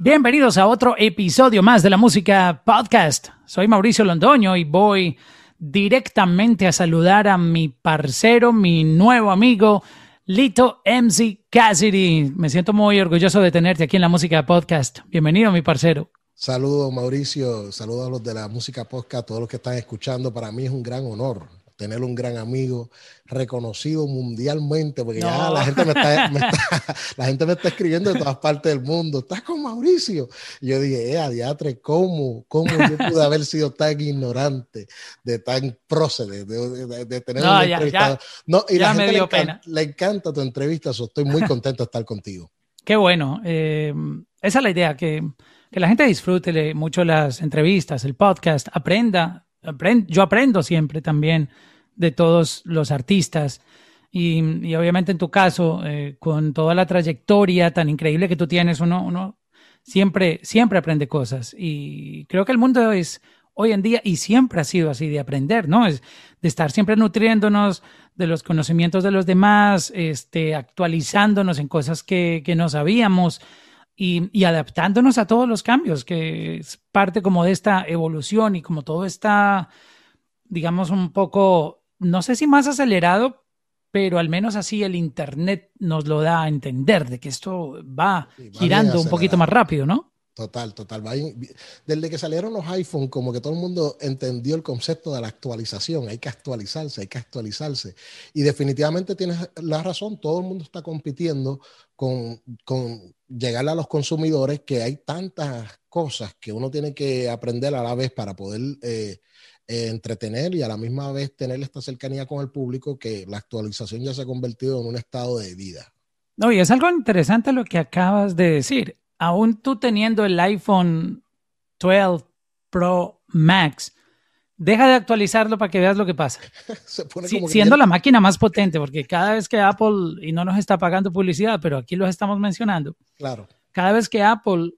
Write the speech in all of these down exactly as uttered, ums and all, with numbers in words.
Bienvenidos a otro episodio más de la Música Podcast. Soy Mauricio Londoño y voy directamente a saludar a mi parcero, mi nuevo amigo, Lito M C Cassidy. Me siento muy orgulloso de tenerte aquí en la Música Podcast. Bienvenido, mi parcero. Saludos, Mauricio. Saludos a los de la Música Podcast, a todos los que están escuchando. Para mí es un gran honor tener un gran amigo reconocido mundialmente, porque no. ya la gente me, está, me está, la gente me está escribiendo de todas partes del mundo. ¿Estás con Mauricio? Y yo dije, eh, adiatre, ¿cómo? ¿Cómo yo pude haber sido tan ignorante, de tan prócede, de, de, de tener no, una ya, entrevista? Ya, no, y ya la me gente dio le, pena. encanta, le encanta tu entrevista, so estoy muy contento de estar contigo. Qué bueno. Eh, esa es la idea, que, que la gente disfrute mucho las entrevistas, el podcast, aprenda. aprend, yo aprendo siempre también de todos los artistas y, y obviamente en tu caso, eh, con toda la trayectoria tan increíble que tú tienes, uno, uno siempre, siempre aprende cosas y creo que el mundo es hoy en día y siempre ha sido así de aprender, ¿no? Es de estar siempre nutriéndonos de los conocimientos de los demás, este, actualizándonos en cosas que, que no sabíamos y, y adaptándonos a todos los cambios, que es parte como de esta evolución y como todo está, digamos, un poco, no sé si más acelerado, pero al menos así el internet nos lo da a entender de que esto va, sí, va girando un poquito más rápido, ¿no? Total, total. Desde que salieron los iPhone, como que todo el mundo entendió el concepto de la actualización. Hay que actualizarse, hay que actualizarse. Y definitivamente tienes la razón, todo el mundo está compitiendo con, con llegarle a los consumidores, que hay tantas cosas que uno tiene que aprender a la vez para poder eh, eh, entretener y a la misma vez tener esta cercanía con el público, que la actualización ya se ha convertido en un estado de vida. No, y es algo interesante lo que acabas de decir. Aún tú teniendo el iPhone doce Pro Max, deja de actualizarlo para que veas lo que pasa. Se pone sí, como que siendo ya... la máquina más potente, porque cada vez que Apple, y no nos está pagando publicidad, pero aquí los estamos mencionando, claro. Cada vez que Apple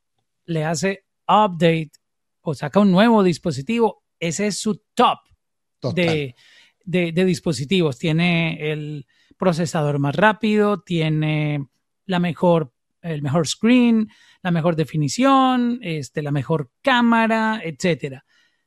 le hace update o saca un nuevo dispositivo, ese es su top de, de, de dispositivos. Tiene el procesador más rápido, tiene la mejor el mejor screen, la mejor definición, este, la mejor cámara, etcétera.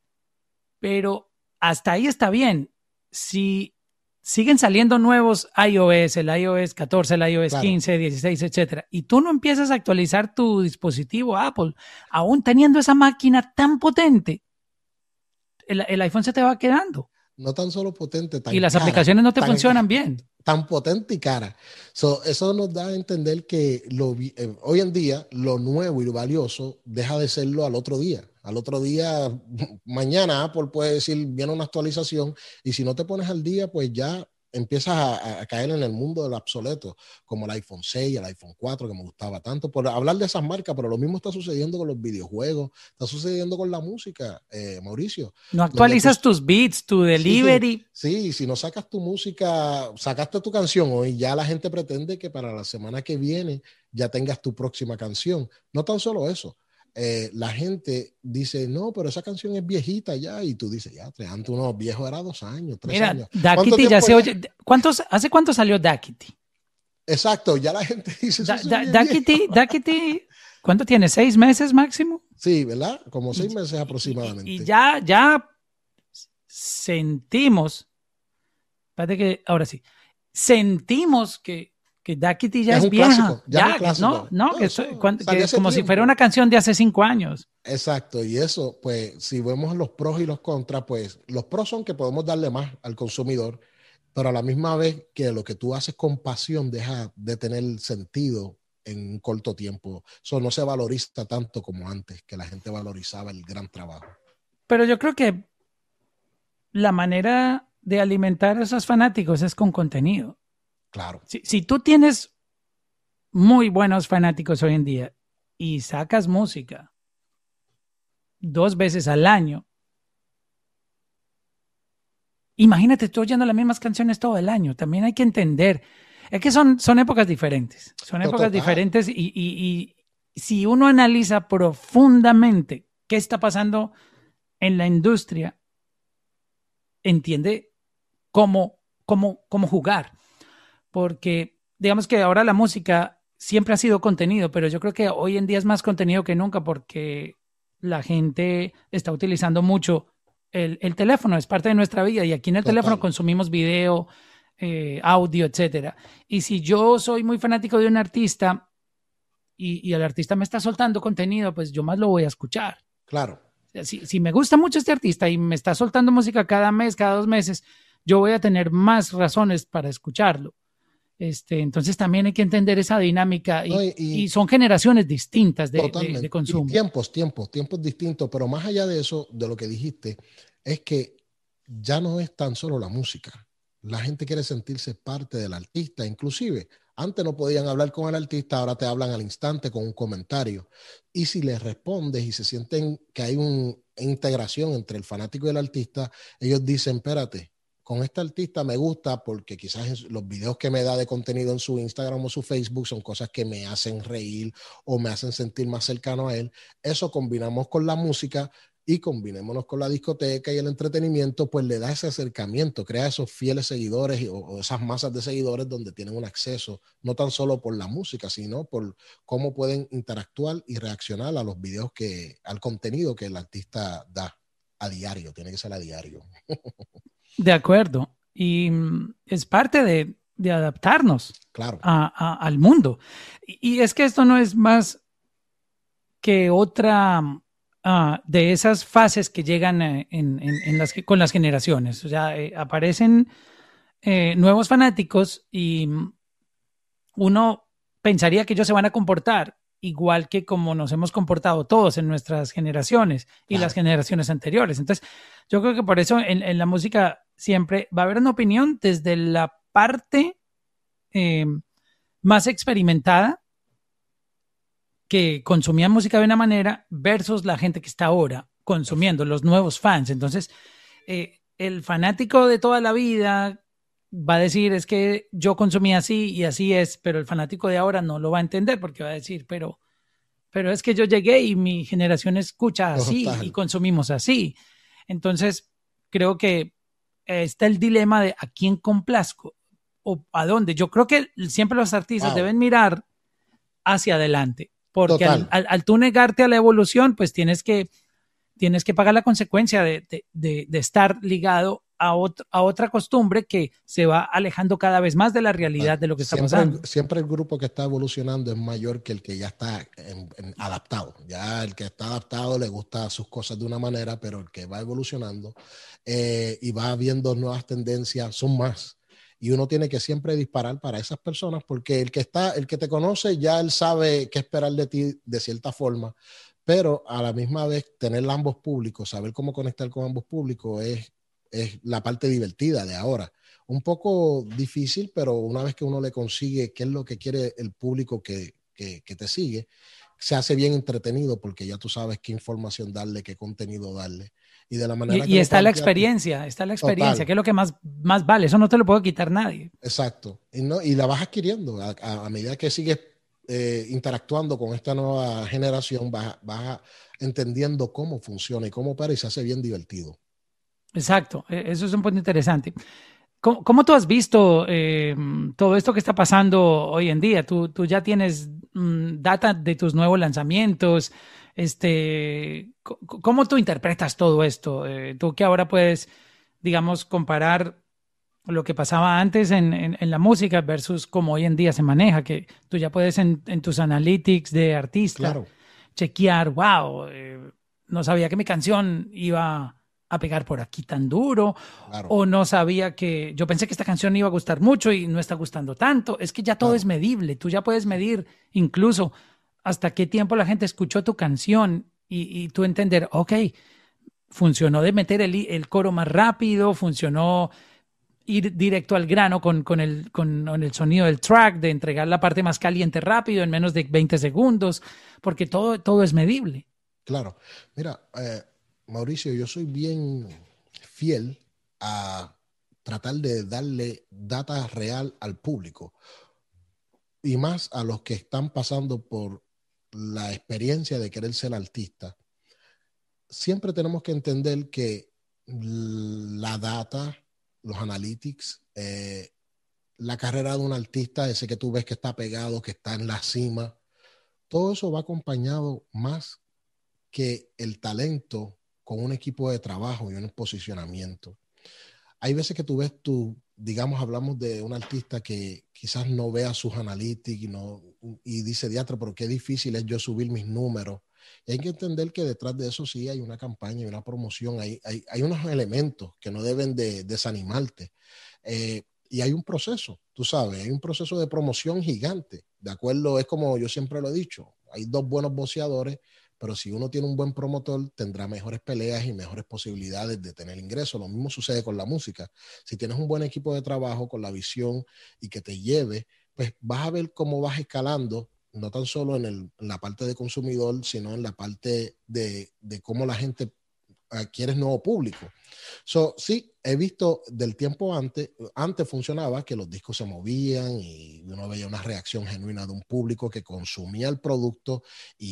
Pero hasta ahí está bien. Si siguen saliendo nuevos iOS, el iOS catorce, el iOS claro. quince, dieciséis, etcétera, y tú no empiezas a actualizar tu dispositivo Apple, aún teniendo esa máquina tan potente, el, el iPhone se te va quedando. No tan solo potente, tan Y las cara, aplicaciones no te tan, funcionan bien. Tan potente y cara. So, eso nos da a entender que lo, eh, hoy en día lo nuevo y lo valioso deja de serlo al otro día. Al otro día, mañana Apple puede decir, viene una actualización, y si no te pones al día, pues ya empiezas a, a caer en el mundo del obsoleto, como el iPhone seis, el iPhone cuatro, que me gustaba tanto, por hablar de esas marcas, pero lo mismo está sucediendo con los videojuegos, está sucediendo con la música, eh, Mauricio. No actualizas tus, tus beats, tu delivery. Sí, sí, si no sacas tu música, sacaste tu canción hoy, ya la gente pretende que para la semana que viene ya tengas tu próxima canción. No tan solo eso. Eh, la gente dice, no, pero esa canción es viejita ya, y tú dices, ya, antes unos viejos era dos años, tres Mira, años. Daquiti ya se oye. ¿Cuántos, ¿Hace cuánto salió Daquiti? Exacto, ya la gente dice, da, da, Daquiti, Daquiti, ¿cuánto tiene? ¿Seis meses máximo? Sí, ¿verdad? Como seis meses aproximadamente. Y, y, y ya, ya sentimos, espérate que, ahora sí, sentimos que que Daquiti ya es, es vieja, clásico, ya, ya es un clásico. no, no, no que, eso, cuando, que como tiempo. Si fuera una canción de hace cinco años. Exacto, y eso, pues, si vemos los pros y los contras, pues, los pros son que podemos darle más al consumidor, pero a la misma vez que lo que tú haces con pasión deja de tener sentido en un corto tiempo. Eso no se valoriza tanto como antes, que la gente valorizaba el gran trabajo. Pero yo creo que la manera de alimentar a esos fanáticos es con contenido. Claro. Si, si tú tienes muy buenos fanáticos hoy en día y sacas música dos veces al año, imagínate tú oyendo las mismas canciones todo el año. También hay que entender, es que son, son épocas diferentes, son épocas Total. diferentes y, y, y si uno analiza profundamente qué está pasando en la industria, entiende cómo, cómo, cómo jugar. Porque digamos que ahora la música siempre ha sido contenido, pero yo creo que hoy en día es más contenido que nunca porque la gente está utilizando mucho el, el teléfono, es parte de nuestra vida y aquí en el Total. teléfono consumimos video, eh, audio, etcétera. Y si yo soy muy fanático de un artista y, y el artista me está soltando contenido, pues yo más lo voy a escuchar. Claro. Si, si me gusta mucho este artista y me está soltando música cada mes, cada dos meses, yo voy a tener más razones para escucharlo. Este, entonces también hay que entender esa dinámica y, No, y, y y son generaciones distintas de, de, de totalmente. Y consumo. tiempos, tiempos, tiempos distintos, pero más allá de eso, de lo que dijiste, es que ya no es tan solo la música. La gente quiere sentirse parte del artista, inclusive. Antes no podían hablar con el artista, ahora te hablan al instante con un comentario. Y si les respondes y se sienten que hay una integración entre el fanático y el artista, ellos dicen, espérate, con este artista me gusta porque quizás los videos que me da de contenido en su Instagram o su Facebook son cosas que me hacen reír o me hacen sentir más cercano a él. Eso combinamos con la música y combinémonos con la discoteca y el entretenimiento, pues le da ese acercamiento, crea esos fieles seguidores o, o esas masas de seguidores donde tienen un acceso, no tan solo por la música, sino por cómo pueden interactuar y reaccionar a los videos que, al contenido que el artista da a diario, tiene que ser a diario. De acuerdo. Y mm, es parte de, de adaptarnos Claro. a, a, al mundo. Y, y es que esto no es más que otra uh, de esas fases que llegan eh, en, en, en las, con las generaciones. O sea, eh, aparecen eh, nuevos fanáticos y uno pensaría que ellos se van a comportar igual que como nos hemos comportado todos en nuestras generaciones y Claro. las generaciones anteriores. Entonces, yo creo que por eso en, en la música siempre va a haber una opinión desde la parte eh, más experimentada que consumía música de una manera versus la gente que está ahora consumiendo, los nuevos fans. Entonces, eh, el fanático de toda la vida va a decir, es que yo consumí así y así es, pero el fanático de ahora no lo va a entender porque va a decir, pero, pero es que yo llegué y mi generación escucha así Total. y consumimos así. Entonces, creo que está el dilema de a quién complazco o a dónde. Yo creo que siempre los artistas Wow. deben mirar hacia adelante, porque al, Total. al, al, tú negarte a la evolución, pues tienes que, tienes que pagar la consecuencia de, de, de, de estar ligado a, otro, a otra costumbre que se va alejando cada vez más de la realidad Total. de lo que está Siempre pasando. el, siempre el grupo que está evolucionando es mayor que el que ya está en, en adaptado. Ya el que está adaptado le gusta sus cosas de una manera, pero el que va evolucionando eh, y va viendo nuevas tendencias son más. Y uno tiene que siempre disparar para esas personas porque el que está, el que te conoce ya él sabe qué esperar de ti de cierta forma, pero a la misma vez tener ambos públicos, saber cómo conectar con ambos públicos es, es la parte divertida de ahora. Un poco difícil, pero una vez que uno le consigue qué es lo que quiere el público que, que, que te sigue, se hace bien entretenido porque ya tú sabes qué información darle, qué contenido darle. Y de la manera y, que y lo está la planteaste, experiencia, está la experiencia, total. que es lo que más, más vale, eso no te lo puede quitar nadie. Exacto. Y, no, y la vas adquiriendo a, a, a medida que sigues eh, interactuando con esta nueva generación, vas, vas entendiendo cómo funciona y cómo opera y se hace bien divertido. Exacto, eso es un punto interesante. ¿Cómo, cómo tú has visto eh, todo esto que está pasando hoy en día? Tú, tú ya tienes mm, data de tus nuevos lanzamientos. Este, ¿cómo tú interpretas todo esto? Eh, tú que ahora puedes, digamos, comparar lo que pasaba antes en, en, en la música versus cómo hoy en día se maneja, que tú ya puedes en, en tus analytics de artista Claro. chequear, wow, eh, no sabía que mi canción iba a pegar por aquí tan duro, Claro. o no sabía que, yo pensé que esta canción iba a gustar mucho y no está gustando tanto. Es que ya todo Claro. es medible, tú ya puedes medir incluso hasta qué tiempo la gente escuchó tu canción y, y tú entender, ok, funcionó de meter el, el coro más rápido, funcionó ir directo al grano con, con, el, con, con el sonido del track, de entregar la parte más caliente rápido en menos de veinte segundos, porque todo, todo es medible. Claro. Mira, eh, Mauricio, yo soy bien fiel a tratar de darle data real al público y más a los que están pasando por la experiencia de querer ser artista. Siempre tenemos que entender que la data, los analytics, eh, la carrera de un artista, ese que tú ves que está pegado, que está en la cima, todo eso va acompañado más que el talento con un equipo de trabajo y un posicionamiento. Hay veces que tú ves tu, digamos, hablamos de un artista que quizás no vea sus analytics y, no, y dice, diatra, pero qué difícil es yo subir mis números. Y hay que entender que detrás de eso sí hay una campaña y una promoción, hay, hay, hay unos elementos que no deben de desanimarte. Eh, y hay un proceso, tú sabes, hay un proceso de promoción gigante. De acuerdo, es como yo siempre lo he dicho, hay dos buenos boxeadores, pero si uno tiene un buen promotor, tendrá mejores peleas y mejores posibilidades de tener ingresos. Lo mismo sucede con la música. Si tienes un buen equipo de trabajo con la visión y que te lleve, pues vas a ver cómo vas escalando, no tan solo en, el, en la parte de consumidor, sino en la parte de, de cómo la gente adquiere nuevo público. So, sí, he visto del tiempo antes, antes funcionaba que los discos se movían y uno veía una reacción genuina de un público que consumía el producto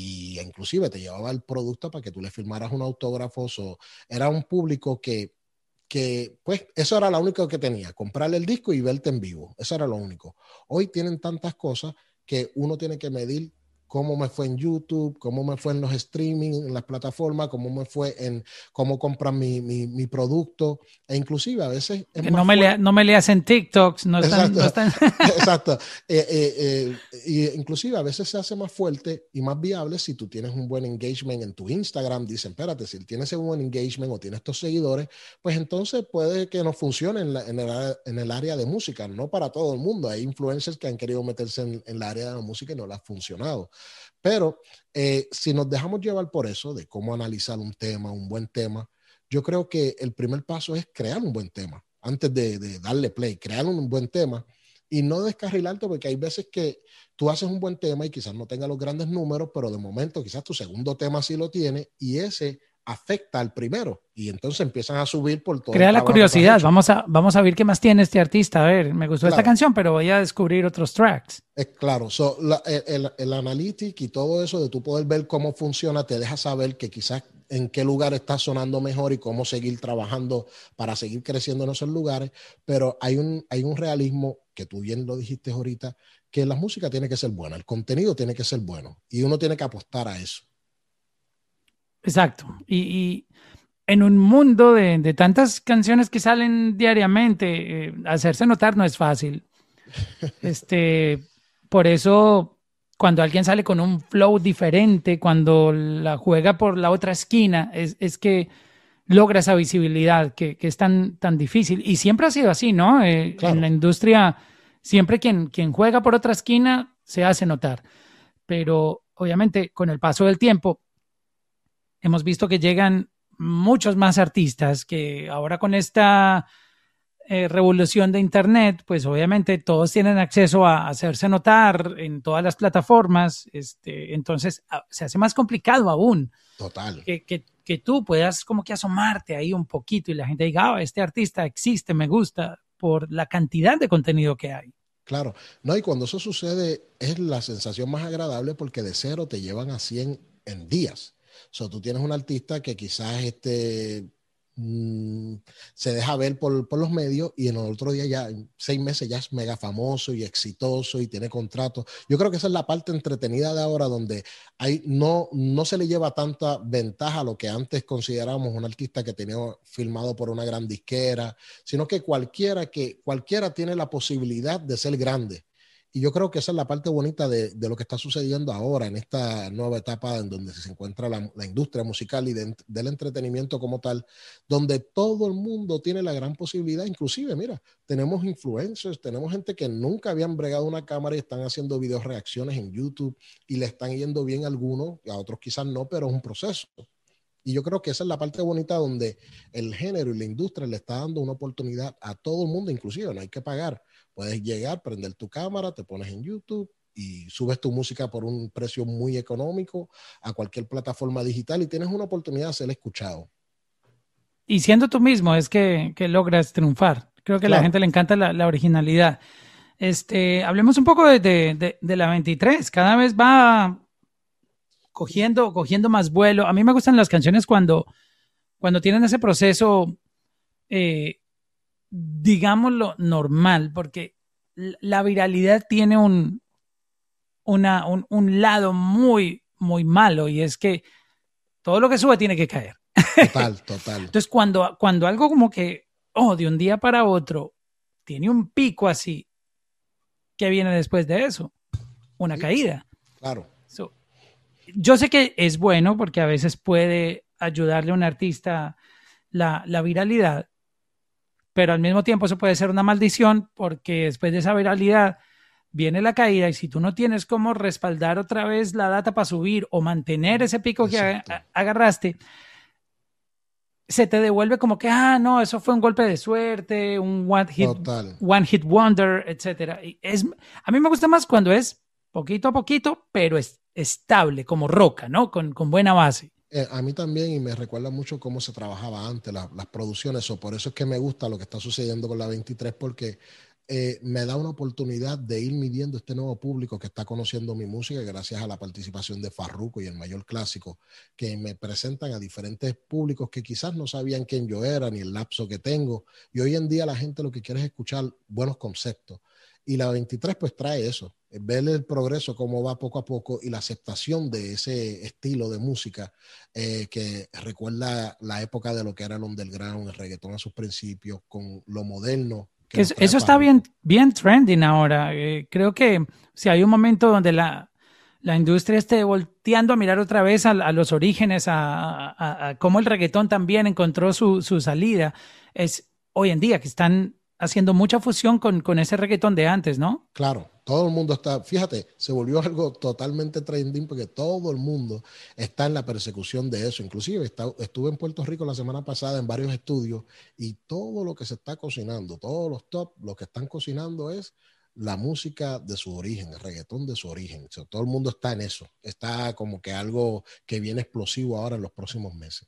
y inclusive te llevaba el producto para que tú le firmaras un autógrafo. So, era un público que, que, pues, eso era lo único que tenía, comprarle el disco y verte en vivo. Eso era lo único. Hoy tienen tantas cosas que uno tiene que medir cómo me fue en YouTube, cómo me fue en los streaming, en las plataformas, cómo me fue en cómo compran mi, mi, mi producto, e inclusive a veces es que más no, me lea, no me leas en TikToks, no están... Exacto, No están... exacto. Eh, eh, eh, y inclusive a veces se hace más fuerte y más viable si tú tienes un buen engagement en tu Instagram. Dicen, espérate, si tienes un buen engagement o tienes estos seguidores, pues entonces puede que no funcione en, la, en, el, en el área de música, no para todo el mundo. Hay influencers que han querido meterse en, en la área de la música y no les ha funcionado. Pero eh, si nos dejamos llevar por eso, de cómo analizar un tema, un buen tema, yo creo que el primer paso es crear un buen tema. Antes de, de darle play, crear un buen tema y no descarrilarte, porque hay veces que tú haces un buen tema y quizás no tenga los grandes números, pero de momento quizás tu segundo tema sí lo tiene y ese afecta al primero y entonces empiezan a subir por todo Crea el la trabajo que tú has curiosidad, hecho. vamos a, vamos a ver qué más tiene este artista. A ver, me gustó esta Claro, canción, pero voy a descubrir otros tracks. es claro. So, la, el, el, el analytic y todo eso de tú poder ver cómo funciona te deja saber que quizás en qué lugar está sonando mejor y cómo seguir trabajando para seguir creciendo en esos lugares, pero hay un, hay un realismo que tú bien lo dijiste ahorita, que la música tiene que ser buena, el contenido tiene que ser bueno y uno tiene que apostar a eso. Exacto. Y, y en un mundo de, de tantas canciones que salen diariamente, eh, hacerse notar no es fácil. Este, por eso, cuando alguien sale con un flow diferente, cuando la juega por la otra esquina, es, es que logra esa visibilidad que, que es tan, tan difícil. Y siempre ha sido así, ¿no? Eh, en Claro, la industria, siempre quien, quien juega por otra esquina se hace notar. Pero obviamente, con el paso del tiempo, hemos visto que llegan muchos más artistas que ahora con esta eh, revolución de Internet, pues obviamente todos tienen acceso a hacerse notar en todas las plataformas, este, entonces a, se hace más complicado aún total. que, que, que, tú puedas como que asomarte ahí un poquito y la gente diga, oh, este artista existe, me gusta, por la cantidad de contenido que hay. Claro, no, y cuando eso sucede es la sensación más agradable porque de cero te llevan a cien en días. O sea, tú tienes un artista que quizás este, mmm, se deja ver por, por los medios y en el otro día ya, en seis meses ya es mega famoso y exitoso y tiene contratos. Yo creo que esa es la parte entretenida de ahora donde hay, no, no se le lleva tanta ventaja a lo que antes considerábamos un artista que tenía filmado por una gran disquera, sino que cualquiera, que cualquiera tiene la posibilidad de ser grande. Y yo creo que esa es la parte bonita de, de lo que está sucediendo ahora en esta nueva etapa en donde se encuentra la, la industria musical y de, del entretenimiento como tal, donde todo el mundo tiene la gran posibilidad, inclusive, mira, tenemos influencers, tenemos gente que nunca habían bregado una cámara y están haciendo videos reacciones en YouTube y le están yendo bien a algunos, a otros quizás no, pero es un proceso. Y yo creo que esa es la parte bonita donde el género y la industria le está dando una oportunidad a todo el mundo, inclusive no hay que pagar. Puedes llegar, prender tu cámara, te pones en YouTube y subes tu música por un precio muy económico a cualquier plataforma digital y tienes una oportunidad de ser escuchado. Y siendo tú mismo es que, que logras triunfar. Creo que a la Claro. gente le encanta la, la originalidad. Este, hablemos un poco de, de, de, de la veintitrés. Cada vez va cogiendo, cogiendo más vuelo. A mí me gustan las canciones cuando, cuando tienen ese proceso, eh, digámoslo, normal, porque la viralidad tiene un, una, un, un lado muy, muy malo, y es que todo lo que sube tiene que caer. Total, total. Entonces, cuando, cuando algo como que, oh, de un día para otro, tiene un pico así, ¿qué viene después de eso? Una Sí, caída. claro. So, yo sé que es bueno porque a veces puede ayudarle a un artista la, la viralidad, pero al mismo tiempo eso puede ser una maldición porque después de esa viralidad viene la caída, y si tú no tienes cómo respaldar otra vez la data para subir o mantener ese pico que a, Exacto. a, agarraste, se te devuelve como que, ah, no, eso fue un golpe de suerte, un one hit, Total. one hit wonder, etcétera. Y es, a mí me gusta más cuando es poquito a poquito, pero es estable, como roca, ¿no? Con, con buena base. Eh, a mí también, y me recuerda mucho cómo se trabajaba antes, la- las producciones, o por eso es que me gusta lo que está sucediendo con la veintitrés, porque eh, me da una oportunidad de ir midiendo este nuevo público que está conociendo mi música gracias a la participación de Farruko y el Mayor Clásico, que me presentan a diferentes públicos que quizás no sabían quién yo era ni el lapso que tengo, y hoy en día la gente lo que quiere es escuchar buenos conceptos. Y la veintitrés pues trae eso, ver el progreso, cómo va poco a poco y la aceptación de ese estilo de música eh, que recuerda la época de lo que era el underground, el reggaetón a sus principios, con lo moderno que Que nos eso, trae eso está bien, Farruko. bien trending ahora. Eh, creo que si hay un momento donde la, la industria esté volteando a mirar otra vez a, a los orígenes, a, a, a cómo el reggaetón también encontró su, su salida, es hoy en día que están haciendo mucha fusión con, con ese reggaetón de antes, ¿no? Claro, todo el mundo está, fíjate, se volvió algo totalmente trending porque todo el mundo está en la persecución de eso. Inclusive está, estuve en Puerto Rico la semana pasada en varios estudios y todo lo que se está cocinando, todos los top, lo que están cocinando es la música de su origen, el reggaetón de su origen. O sea, todo el mundo está en eso. Está como que algo que viene explosivo ahora en los próximos meses.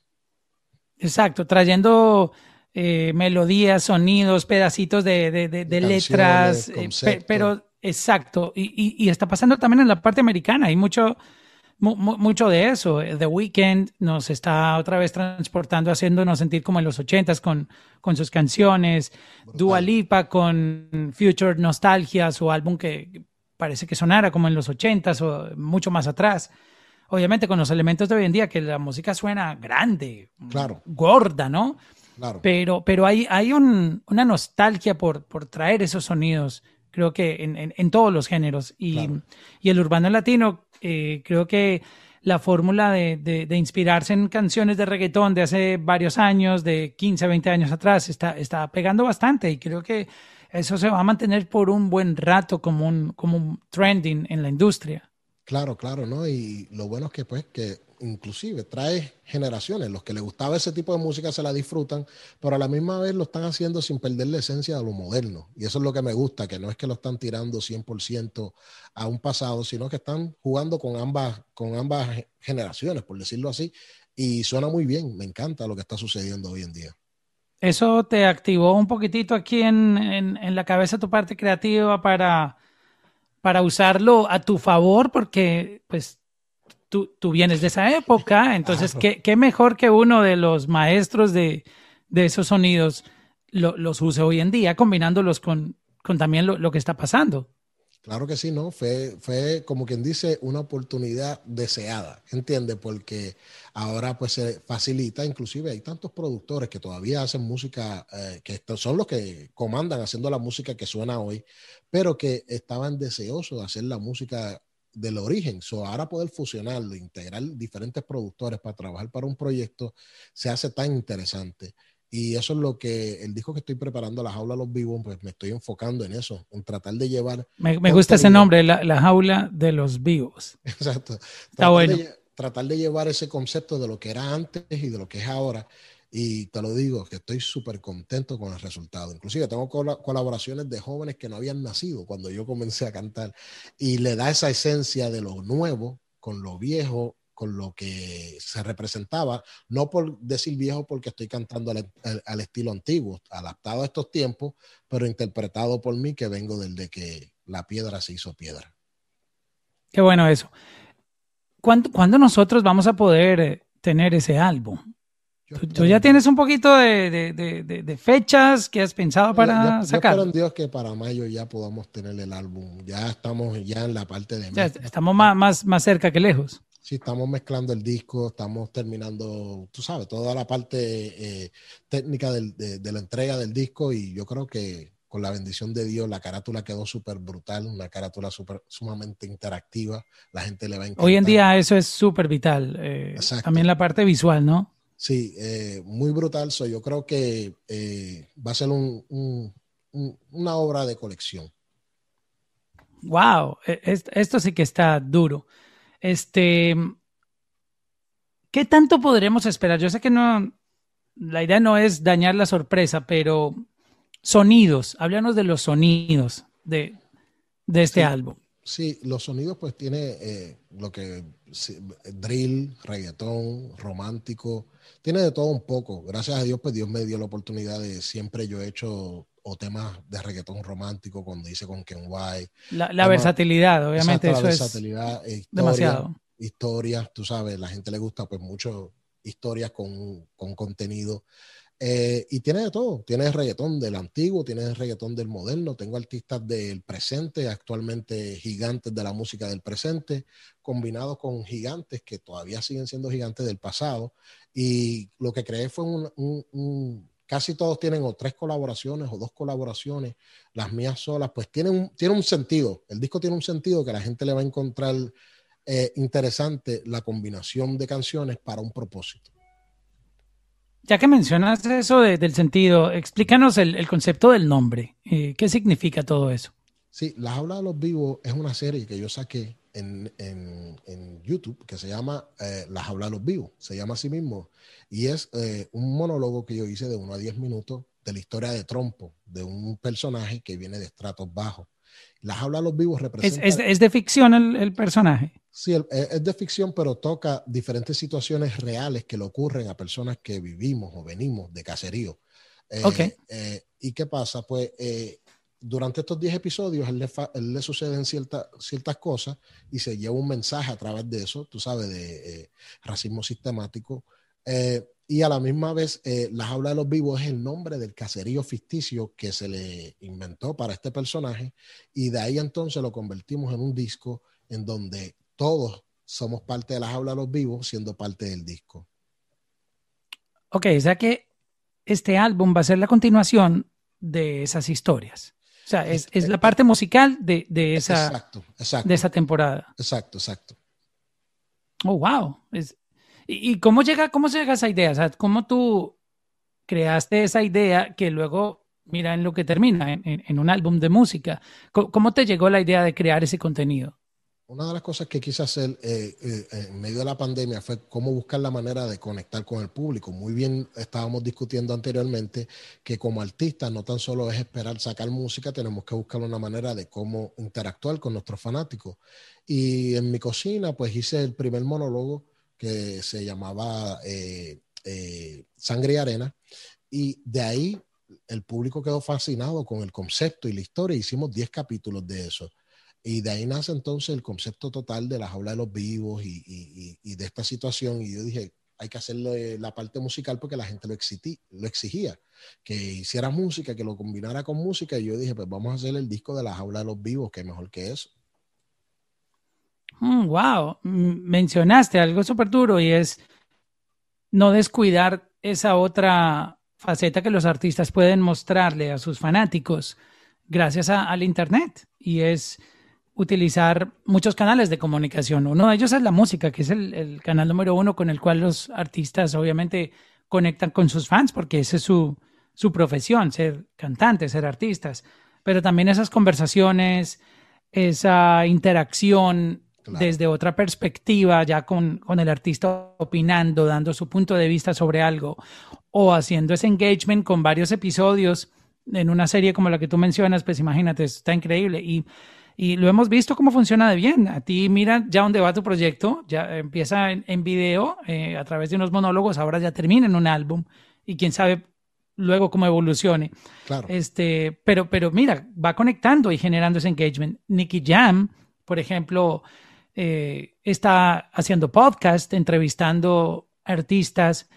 Exacto, trayendo eh, melodías, sonidos, pedacitos de, de, de, De de canciones, letras, eh, pe- conceptos. pero exacto, y, y, y está pasando también en la parte americana, hay mucho, mu- mu- mucho de eso. The Weeknd nos está otra vez transportando, haciéndonos sentir como en los ochentas con, con sus canciones, Dua Brutal. Lipa con Future Nostalgia, su álbum que parece que sonara como en los ochentas o mucho más atrás. Obviamente con los elementos de hoy en día, que la música suena grande, Claro, gorda, ¿no? claro, Pero, pero hay, hay un, una nostalgia por, por traer esos sonidos, creo que en, en, en todos los géneros. Y, claro. y el urbano latino, eh, creo que la fórmula de, de, de inspirarse en canciones de reggaetón de hace varios años, de quince, veinte años atrás, está, está pegando bastante, y creo que eso se va a mantener por un buen rato como un, como un trending en la industria. Claro, claro, ¿no? Y lo bueno es que, pues, que inclusive trae generaciones. Los que les gustaba ese tipo de música se la disfrutan, pero a la misma vez lo están haciendo sin perder la esencia de lo moderno. Y eso es lo que me gusta, que no es que lo están tirando cien por ciento a un pasado, sino que están jugando con ambas, con ambas ge- generaciones, por decirlo así. Y suena muy bien. Me encanta lo que está sucediendo hoy en día. Eso te activó un poquitito aquí en, en, en la cabeza tu parte creativa para, para usarlo a tu favor, porque pues tú, tú vienes de esa época, entonces Claro. qué, qué mejor que uno de los maestros de, de esos sonidos lo- los use hoy en día, combinándolos con, con también lo, lo que está pasando. Claro que sí, ¿no? Fue, fue como quien dice una oportunidad deseada, ¿entiendes? Porque ahora pues se facilita, inclusive hay tantos productores que todavía hacen música, eh, que estos son los que comandan haciendo la música que suena hoy, pero que estaban deseosos de hacer la música del origen. So, ahora poder fusionarlo, integrar diferentes productores para trabajar para un proyecto, se hace tan interesante. Y eso es lo que el disco que estoy preparando, La Jaula de los Vivos, pues me estoy enfocando en eso, en tratar de llevar Me, me gusta ese contenido. nombre, la, la jaula de los vivos. Exacto. Está Tratar bueno. de, tratar de llevar ese concepto de lo que era antes y de lo que es ahora. Y te lo digo, que estoy súper contento con el resultado. Inclusive tengo col colaboraciones de jóvenes que no habían nacido cuando yo comencé a cantar. Y le da esa esencia de lo nuevo con lo viejo, con lo que se representaba. No por decir viejo porque estoy cantando al, al, al estilo antiguo, adaptado a estos tiempos, pero interpretado por mí que vengo del de que la piedra se hizo piedra. Qué bueno eso. ¿Cuándo, cuándo nosotros vamos a poder eh, tener ese álbum? ¿Tú, tú ya tienes un poquito de, de, de, de, de fechas que has pensado para yo, yo, sacar? yo espero en Dios que para mayo ya podamos tener el álbum. Ya estamos ya en la parte de O sea, mezcla. estamos más, más, más cerca que lejos. Sí, estamos mezclando el disco, estamos terminando, tú sabes, toda la parte eh, técnica del, de, de la entrega del disco y yo creo que con la bendición de Dios la carátula quedó súper brutal, una carátula super, sumamente interactiva, la gente le va a encantar. Hoy en día eso es súper vital. Eh, también la parte visual, ¿no? Sí, eh, muy brutal. So, yo creo que eh, va a ser un, un, un, una obra de colección. Wow, esto sí que está duro. Este, ¿qué tanto podremos esperar? Yo sé que no, la idea no es dañar la sorpresa, pero sonidos, háblanos de los sonidos de, de este sí, álbum. Sí, los sonidos pues tiene eh, lo que sí, drill, reggaetón, romántico, tiene de todo un poco. Gracias a Dios pues Dios me dio la oportunidad de siempre yo he hecho o temas de reggaetón romántico cuando hice con Ken White. La, la temas, versatilidad, obviamente exacto, eso la es versatilidad, eh, historia, demasiado. Historias, tú sabes, la gente le gusta pues mucho historias con, con contenido. Eh, y tiene de todo, tiene reggaetón del antiguo, tiene reggaetón del moderno, tengo artistas del presente, actualmente gigantes de la música del presente, combinados con gigantes que todavía siguen siendo gigantes del pasado. Y lo que creé fue un, un, un casi todos tienen o tres colaboraciones o dos colaboraciones, las mías solas, pues tienen un, tiene un sentido, el disco tiene un sentido que la gente le va a encontrar eh, interesante la combinación de canciones para un propósito. Ya que mencionas eso de, del sentido, explícanos el, el concepto del nombre. Eh, ¿Qué significa todo eso? Sí, La Jaula de los Vivos es una serie que yo saqué en, en, en YouTube que se llama eh, La Jaula de los Vivos, se llama así mismo, y es eh, un monólogo que yo hice de uno a diez minutos de la historia de Trompo, de un personaje que viene de estratos bajos. La Jaula de los Vivos representa... ¿Es, es, es de ficción el, el personaje? Sí, el, es de ficción, pero toca diferentes situaciones reales que le ocurren a personas que vivimos o venimos de caserío. Eh, Ok. eh, ¿Y qué pasa? Pues eh, durante estos diez episodios él le, fa, él le suceden cierta, ciertas cosas y se lleva un mensaje a través de eso, tú sabes, de eh, racismo sistemático. Eh, y a la misma vez, eh, La Jaula de los Vivos es el nombre del caserío ficticio que se le inventó para este personaje y de ahí entonces lo convertimos en un disco en donde todos somos parte de La Jaula de los Vivos siendo parte del disco. Ok, o sea que este álbum va a ser la continuación de esas historias. O sea, es, es la parte musical de, de, esa, exacto, exacto, de esa temporada. Exacto, exacto. Oh, wow. Es, ¿y, y cómo llega, cómo llega a esa idea? O sea, ¿cómo tú creaste esa idea que luego, mira en lo que termina, en, en, en un álbum de música? ¿Cómo, ¿Cómo te llegó la idea de crear ese contenido? Una de las cosas que quise hacer eh, eh, en medio de la pandemia fue cómo buscar la manera de conectar con el público. Muy bien, estábamos discutiendo anteriormente que como artistas no tan solo es esperar sacar música, tenemos que buscar una manera de cómo interactuar con nuestros fanáticos. Y en mi cocina, pues hice el primer monólogo que se llamaba eh, eh, Sangre y Arena. Y de ahí el público quedó fascinado con el concepto y la historia. Hicimos diez capítulos de eso. Y de ahí nace entonces el concepto total de La Jaula de los Vivos y, y, y de esta situación. Y yo dije, hay que hacerle la parte musical porque la gente lo, exigí, lo exigía, que hiciera música, que lo combinara con música. Y yo dije, pues vamos a hacer el disco de La Jaula de los Vivos, que mejor que eso. Mm, wow, mencionaste algo súper duro y es no descuidar esa otra faceta que los artistas pueden mostrarle a sus fanáticos gracias a, al Internet y es utilizar muchos canales de comunicación. Uno de ellos es la música, que es el, el canal número uno con el cual los artistas obviamente conectan con sus fans porque esa es su, su profesión, ser cantantes, ser artistas, pero también esas conversaciones, esa interacción claro. Desde otra perspectiva, ya con, con el artista opinando, dando su punto de vista sobre algo, o haciendo ese engagement con varios episodios en una serie como la que tú mencionas, pues imagínate, está increíble. Y, y lo hemos visto cómo funciona de bien. A ti, mira ya dónde va tu proyecto, ya empieza en, en video, eh, a través de unos monólogos, ahora ya termina en un álbum, y quién sabe luego cómo evolucione. Claro. Este, pero, pero mira, va conectando y generando ese engagement. Nicky Jam, por ejemplo, eh, está haciendo podcast, entrevistando artistas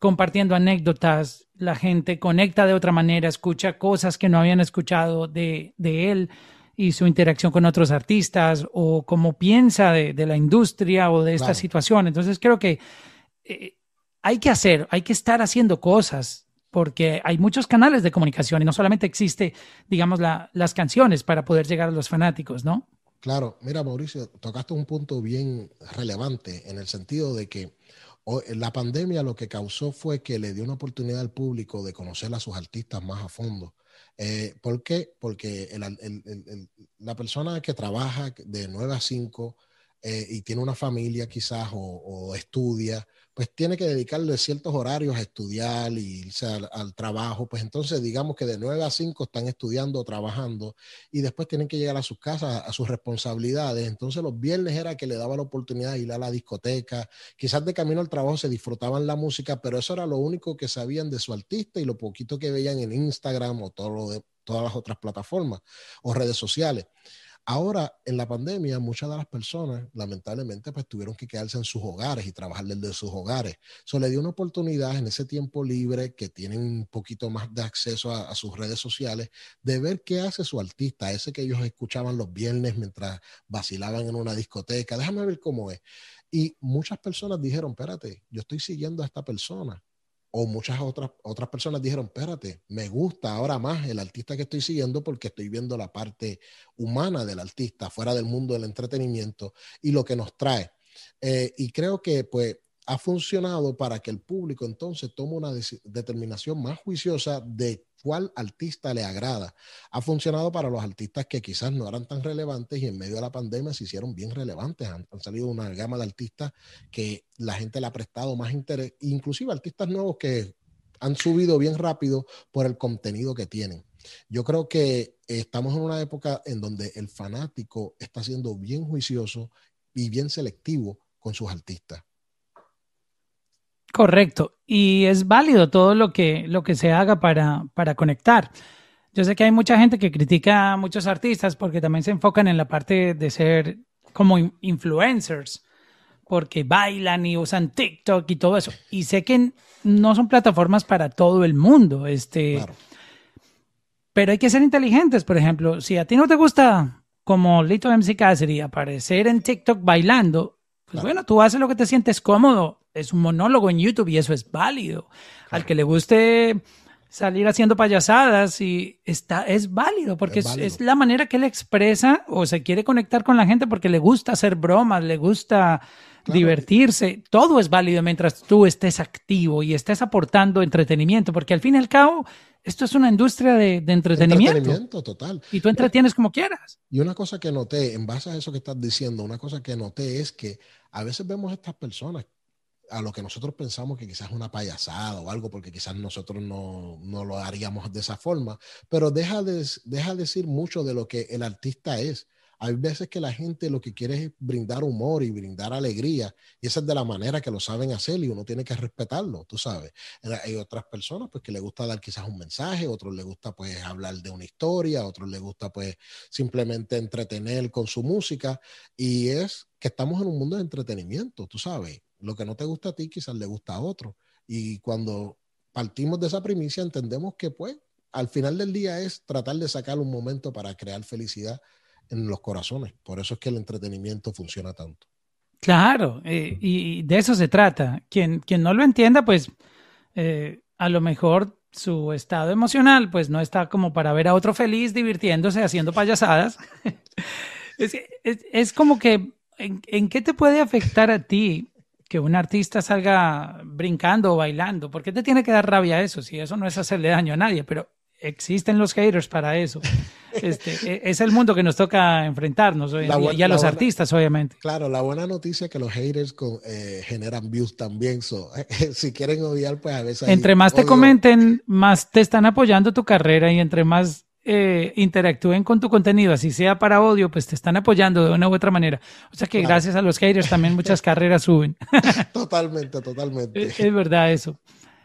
compartiendo anécdotas, la gente conecta de otra manera, escucha cosas que no habían escuchado de, de él y su interacción con otros artistas o cómo piensa de, de la industria o de esta Claro. situación. Entonces creo que eh, hay que hacer, hay que estar haciendo cosas porque hay muchos canales de comunicación y no solamente existe, digamos, la, las canciones para poder llegar a los fanáticos, ¿no? Claro, mira, Mauricio, tocaste un punto bien relevante en el sentido de que o- la pandemia lo que causó fue que le dio una oportunidad al público de conocer a sus artistas más a fondo. Eh, ¿por qué? Porque el- el- el- el- la persona que trabaja de nueve a cinco eh, y tiene una familia quizás o, o estudia, pues tiene que dedicarle ciertos horarios a estudiar y irse al, al trabajo. Pues entonces digamos que de nueve a cinco están estudiando o trabajando y después tienen que llegar a sus casas, a sus responsabilidades. Entonces los viernes era que le daba la oportunidad de ir a la discoteca, quizás de camino al trabajo se disfrutaban la música, pero eso era lo único que sabían de su artista y lo poquito que veían en Instagram o todo lo de, todas las otras plataformas o redes sociales. Ahora, en la pandemia, muchas de las personas, lamentablemente, pues tuvieron que quedarse en sus hogares y trabajar desde sus hogares. Eso le dio una oportunidad en ese tiempo libre que tienen un poquito más de acceso a, a sus redes sociales, de ver qué hace su artista, ese que ellos escuchaban los viernes mientras vacilaban en una discoteca. Déjame ver cómo es. Y muchas personas dijeron, espérate, yo estoy siguiendo a esta persona. O muchas otras, otras personas dijeron, espérate, me gusta ahora más el artista que estoy siguiendo porque estoy viendo la parte humana del artista, fuera del mundo del entretenimiento y lo que nos trae. Eh, y creo que pues ha funcionado para que el público entonces tome una de determinación más juiciosa de cuál artista le agrada. Ha funcionado para los artistas que quizás no eran tan relevantes y en medio de la pandemia se hicieron bien relevantes. Han, han salido una gama de artistas que la gente le ha prestado más interés, inclusive artistas nuevos que han subido bien rápido por el contenido que tienen. Yo creo que estamos en una época en donde el fanático está siendo bien juicioso y bien selectivo con sus artistas. Correcto. Y es válido todo lo que, lo que se haga para, para conectar. Yo sé que hay mucha gente que critica a muchos artistas porque también se enfocan en la parte de ser como influencers, porque bailan y usan TikTok y todo eso. Y sé que no son plataformas para todo el mundo, este, Claro. pero hay que ser inteligentes. Por ejemplo, si a ti no te gusta, como Lito M C Cassidy, aparecer en TikTok bailando, pues Claro. bueno, tú haces lo que te sientes cómodo. Es un monólogo en YouTube y eso es válido. Claro. Al que le guste salir haciendo payasadas y está, es válido porque Es es, válido. es la manera que él expresa o se quiere conectar con la gente porque le gusta hacer bromas, le gusta Claro. divertirse. Todo es válido mientras tú estés activo y estés aportando entretenimiento, porque al fin y al cabo esto es una industria de, de entretenimiento. Entretenimiento total. Y tú entretienes como quieras. Y una cosa que noté, en base a eso que estás diciendo, una cosa que noté es que a veces vemos a estas personas a lo que nosotros pensamos que quizás es una payasada o algo, porque quizás nosotros no, no lo haríamos de esa forma, pero deja de, deja decir mucho de lo que el artista es. Hay veces que la gente lo que quiere es brindar humor y brindar alegría, y esa es de la manera que lo saben hacer y uno tiene que respetarlo, tú sabes. Hay otras personas pues que le gusta dar quizás un mensaje, otros le gusta pues hablar de una historia, otros le gusta pues simplemente entretener con su música, y es que estamos en un mundo de entretenimiento, tú sabes. Lo que no te gusta a ti quizás le gusta a otro. Y cuando partimos de esa primicia entendemos que pues al final del día es tratar de sacar un momento para crear felicidad en los corazones. Por eso es que el entretenimiento funciona tanto. Claro, eh, y de eso se trata. Quien, quien no lo entienda, pues eh, a lo mejor su estado emocional pues no está como para ver a otro feliz divirtiéndose, haciendo payasadas. es, es, es como que, ¿en, ¿en qué te puede afectar a ti que un artista salga brincando o bailando? ¿Por qué te tiene que dar rabia eso? Si eso no es hacerle daño a nadie, pero existen los haters para eso. Este, es el mundo que nos toca enfrentarnos hoy en La día, buena- y a la los buena- artistas, obviamente. Claro, la buena noticia es que los haters con- eh, generan views también. So, si quieren odiar, pues a veces hay Entre más te odio. comenten, más te están apoyando tu carrera y entre más eh, interactúen con tu contenido, así sea para odio, pues te están apoyando de una u otra manera. O sea que Claro. gracias a los haters también muchas carreras suben. Totalmente, totalmente. Es, es verdad eso.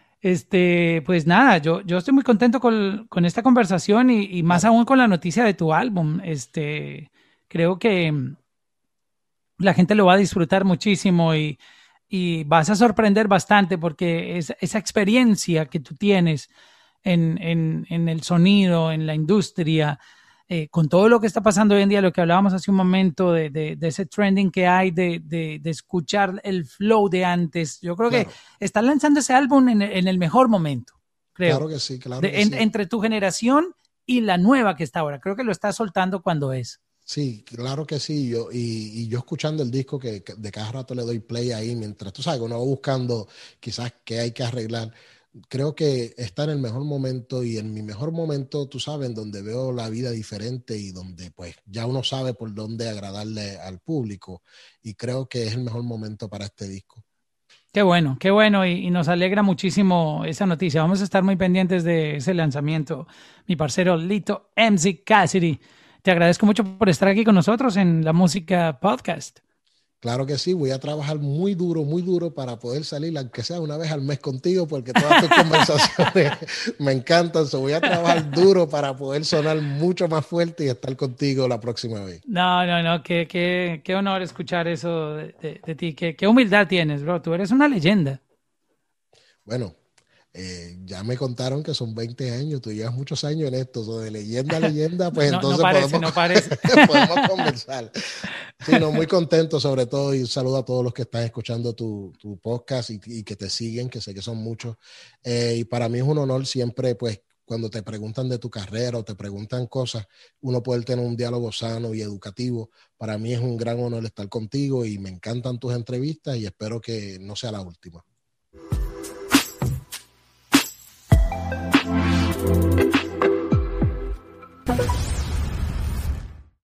Este, pues nada, yo, yo estoy muy contento con, con esta conversación y, y más Claro. aún con la noticia de tu álbum. Este, creo que mm, la gente lo va a disfrutar muchísimo y y vas a sorprender bastante porque es, esa experiencia que tú tienes en, en, en el sonido, en la industria, eh, con todo lo que está pasando hoy en día, lo que hablábamos hace un momento de, de, de ese trending que hay, de, de, de escuchar el flow de antes. Yo creo claro. que estás lanzando ese álbum en, en el mejor momento, creo. Claro que sí, claro de, que en, sí. Entre tu generación y la nueva que está ahora. Creo que lo estás soltando cuando es. Sí, claro que sí. Yo, y, y yo escuchando el disco que, que de cada rato le doy play ahí, mientras tú sabes, uno va buscando quizás qué hay que arreglar. Creo que está en el mejor momento y en mi mejor momento, tú sabes, en donde veo la vida diferente y donde pues ya uno sabe por dónde agradarle al público. Y creo que es el mejor momento para este disco. Qué bueno, qué bueno y, y nos alegra muchísimo esa noticia. Vamos a estar muy pendientes de ese lanzamiento. Mi parcero Lito M C Cassidy. Te agradezco mucho por estar aquí con nosotros en La Música Podcast. Claro que sí, voy a trabajar muy duro, muy duro para poder salir, aunque sea una vez al mes contigo, porque todas tus conversaciones me encantan. So voy a trabajar duro para poder sonar mucho más fuerte y estar contigo la próxima vez. No, no, no, qué, qué, qué honor escuchar eso de, de, de ti. Qué, qué humildad tienes, bro. Tú eres una leyenda. Bueno. Eh, ya me contaron que son veinte años, tú llevas muchos años en esto, so de leyenda a leyenda, pues no, entonces no parece, podemos, no parece. podemos conversar. Sí, no, muy contento sobre todo y un saludo a todos los que están escuchando tu, tu podcast y, y que te siguen, que sé que son muchos. Eh, y para mí es un honor siempre, pues, cuando te preguntan de tu carrera o te preguntan cosas, uno poder tener un diálogo sano y educativo. Para mí es un gran honor estar contigo y me encantan tus entrevistas y espero que no sea la última. Thank you.